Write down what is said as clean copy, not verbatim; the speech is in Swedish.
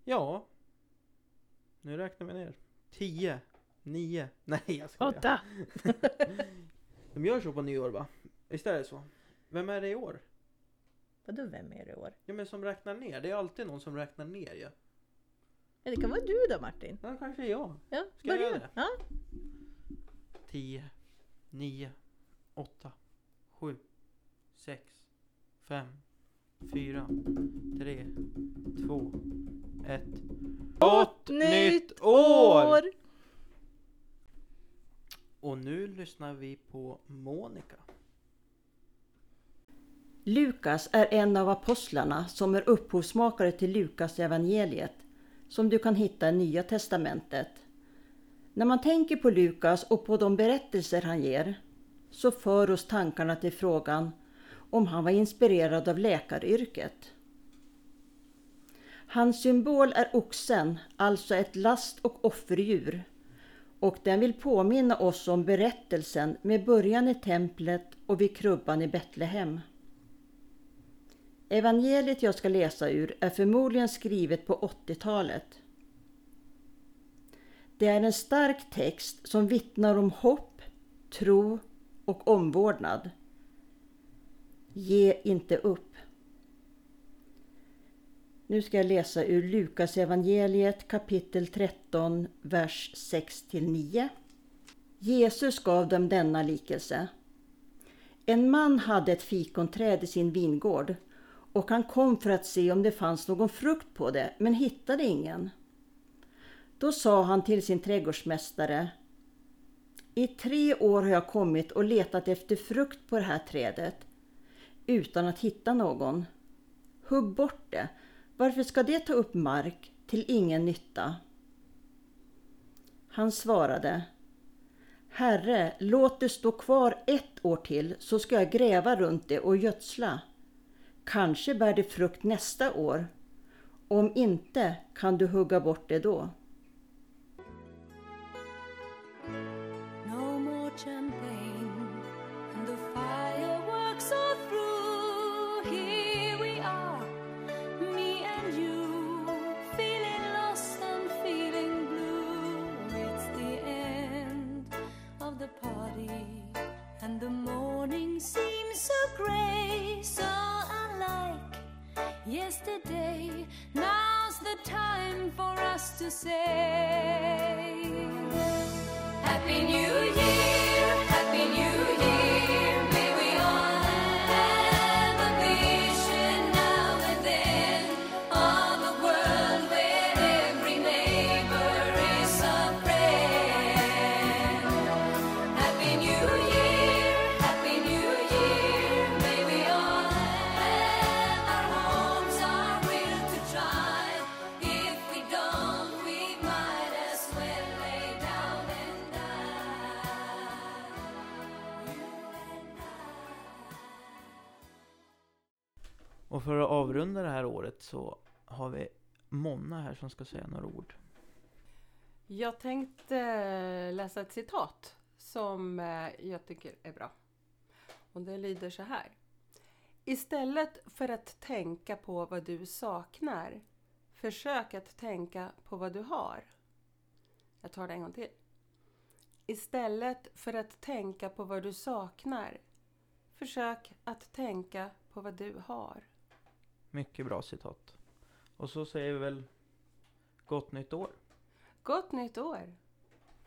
Ja. Nu räknar vi ner. 10, 9, nej jag skojar. 8. De gör så på nyår va? Visst är det så? Vem är det i år? Vadå, vem är det i år? Ja men som räknar ner. Det är alltid någon som räknar ner ja. Ja, det kan vara du då, Martin. Ja kanske jag. Ja, Ska jag börja. göra det? Ja. 10, 9, 8, 7, 6, 5, 4, 3, 2, 1. Gott nytt år! Och nu lyssnar vi på Monica. Lukas är en av apostlarna som är upphovsmakare till Lukas evangeliet, som du kan hitta i Nya testamentet. När man tänker på Lukas och på de berättelser han ger, så för oss tankarna till frågan om han var inspirerad av läkaryrket. Hans symbol är oxen, alltså ett last- och offerdjur, och den vill påminna oss om berättelsen med början i templet och vid krubban i Betlehem. Evangeliet jag ska läsa ur är förmodligen skrivet på 80-talet. Det är en stark text som vittnar om hopp, tro och omvårdnad. Ge inte upp. Nu ska jag läsa ur Lukas evangeliet kapitel 13, vers 6-9. Jesus gav dem denna likelse. En man hade ett fikonträd i sin vingård och han kom för att se om det fanns någon frukt på det, men hittade ingen. Då sa han till sin trädgårdsmästare: I 3 år har jag kommit och letat efter frukt på det här trädet utan att hitta någon. Hugg bort det. Varför ska det ta upp mark till ingen nytta? Han svarade: Herre, låt det stå kvar 1 år till, så ska jag gräva runt det och gödsla. Kanske bär det frukt nästa år. Om inte kan du hugga bort det då. No more champagne and the fireworks are through. Here we are, me and you, feeling lost and feeling blue. It's the end of the party and the morning seems so grey, so unlike yesterday. Now's the time for us to say Happy New Year, Happy New Year. May we all have a vision now and then of a world where every neighbor is a friend. Happy New Year, Happy New Year. May we all have our homes, our will to try. If we don't, we might as well lay down and die. You and I. Och för att avrunda det här året så har vi Monna här som ska säga några ord. Jag tänkte läsa ett citat som jag tycker är bra. Och det lyder så här. Istället för att tänka på vad du saknar, försök att tänka på vad du har. Jag tar det en gång till. Istället för att tänka på vad du saknar, försök att tänka på vad du har. Mycket bra citat. Och så säger vi väl gott nytt år. Gott nytt år!